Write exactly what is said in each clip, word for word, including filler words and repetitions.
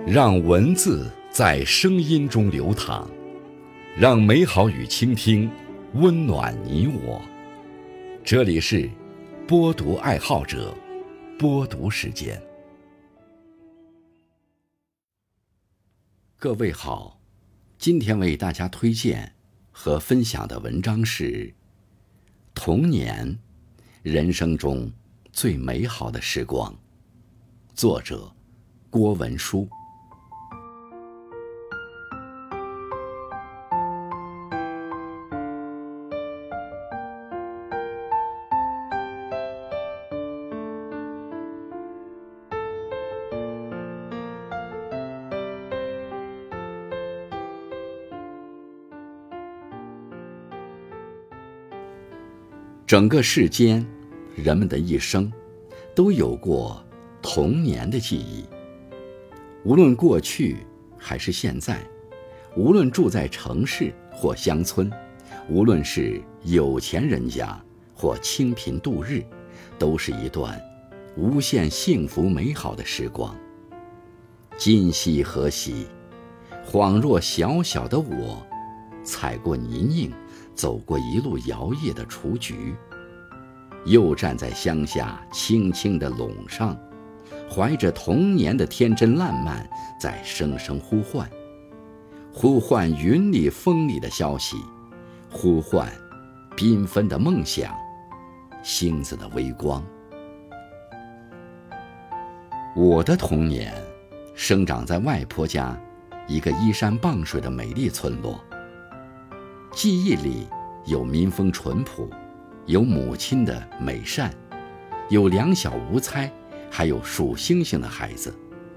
让文字在声音中流淌，让美好与倾听温暖你我。这里是播读爱好者播读时间。各位好，今天为大家推荐和分享的文章是童年，人生中最美好的时光，作者郭文书。整个世间，人们的一生都有过童年的记忆。无论过去还是现在，无论住在城市或乡村，无论是有钱人家或清贫度日，都是一段无限幸福美好的时光。今夕何夕，恍若小小的我，踩过泥泞，走过一路摇曳的雏菊，又站在乡下青青的垄上，怀着童年的天真烂漫，在声声呼唤，呼唤云里风里的消息，呼唤缤纷的梦想，星子的微光。我的童年生长在外婆家一个依山傍水的美丽村落，记忆里有民风淳朴，有母亲的美善，有两小无猜，还有数星星的孩子。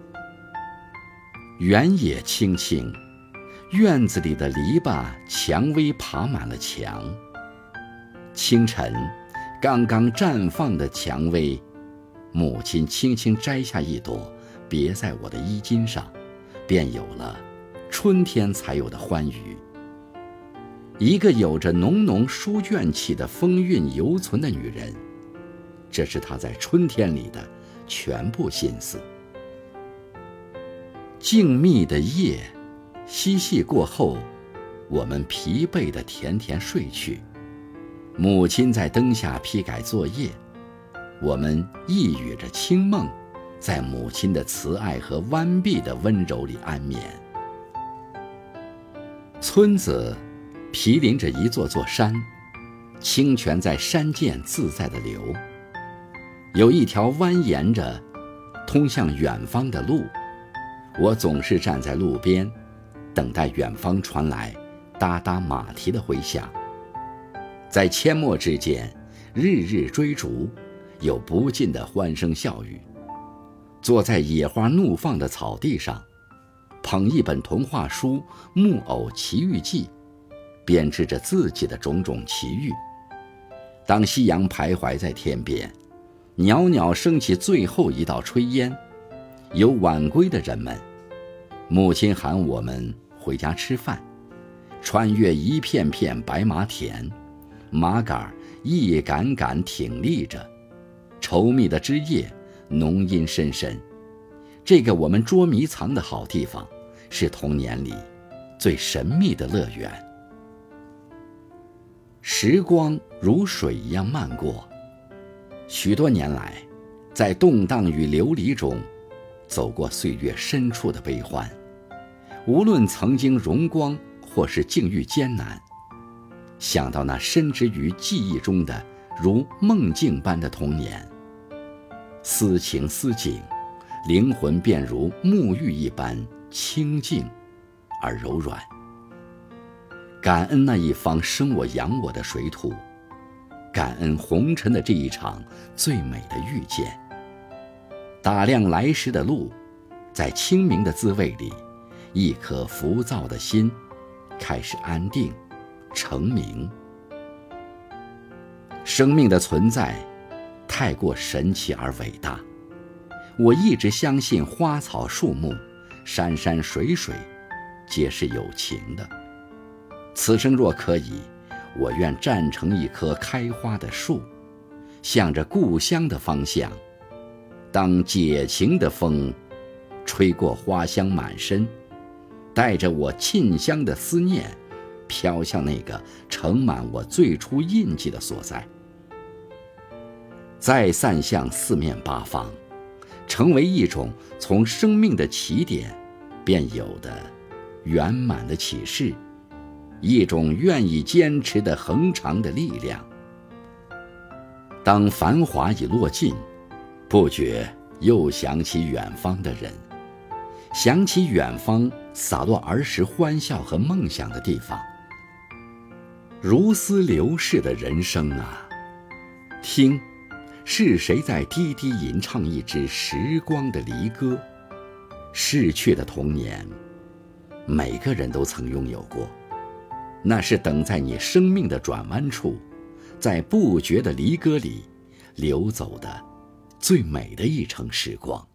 原野青青，院子里的篱笆蔷薇爬满了墙。清晨，刚刚绽放的蔷薇，母亲轻轻摘下一朵，别在我的衣襟上，便有了春天才有的欢愉。一个有着浓浓书卷气的风韵犹存的女人，这是她在春天里的全部心思。静谧的夜，嬉戏过后，我们疲惫地甜甜睡去。母亲在灯下批改作业，我们呓语着清梦，在母亲的慈爱和弯臂的温柔里安眠。村子毗邻着一座座山，清泉在山涧自在地流。有一条蜿蜒着通向远方的路，我总是站在路边，等待远方传来哒哒马蹄的回响。在阡陌之间，日日追逐，有不尽的欢声笑语。坐在野花怒放的草地上，捧一本童话书《木偶奇遇记》，编织着自己的种种奇遇。当夕阳徘徊在天边，袅袅升起最后一道炊烟，有晚归的人们，母亲喊我们回家吃饭。穿越一片片白麻田，麻杆一杆杆挺立着，稠密的枝叶，浓荫深深。这个我们捉迷藏的好地方，是童年里最神秘的乐园。时光如水一样漫过，许多年来，在动荡与流离中，走过岁月深处的悲欢。无论曾经荣光，或是境遇艰难，想到那深植于记忆中的如梦境般的童年，思情思景，灵魂便如沐浴一般清净而柔软。感恩那一方生我养我的水土，感恩红尘的这一场最美的遇见。打量来时的路，在清明的滋味里，一颗浮躁的心开始安定成名。生命的存在太过神奇而伟大，我一直相信花草树木，山山水水皆是有情的。此生若可以，我愿站成一棵开花的树，向着故乡的方向，当解情的风吹过花香满身，带着我沁香的思念，飘向那个盛满我最初印记的所在，再散向四面八方，成为一种从生命的起点便有的圆满的启示，一种愿意坚持的恒长的力量。当繁华已落尽，不觉又想起远方的人，想起远方洒落儿时欢笑和梦想的地方。如斯流逝的人生啊，听，是谁在低低吟唱一支时光的离歌？逝去的童年，每个人都曾拥有过，那是等在你生命的转弯处，在不觉的离歌里流走的最美的一程时光。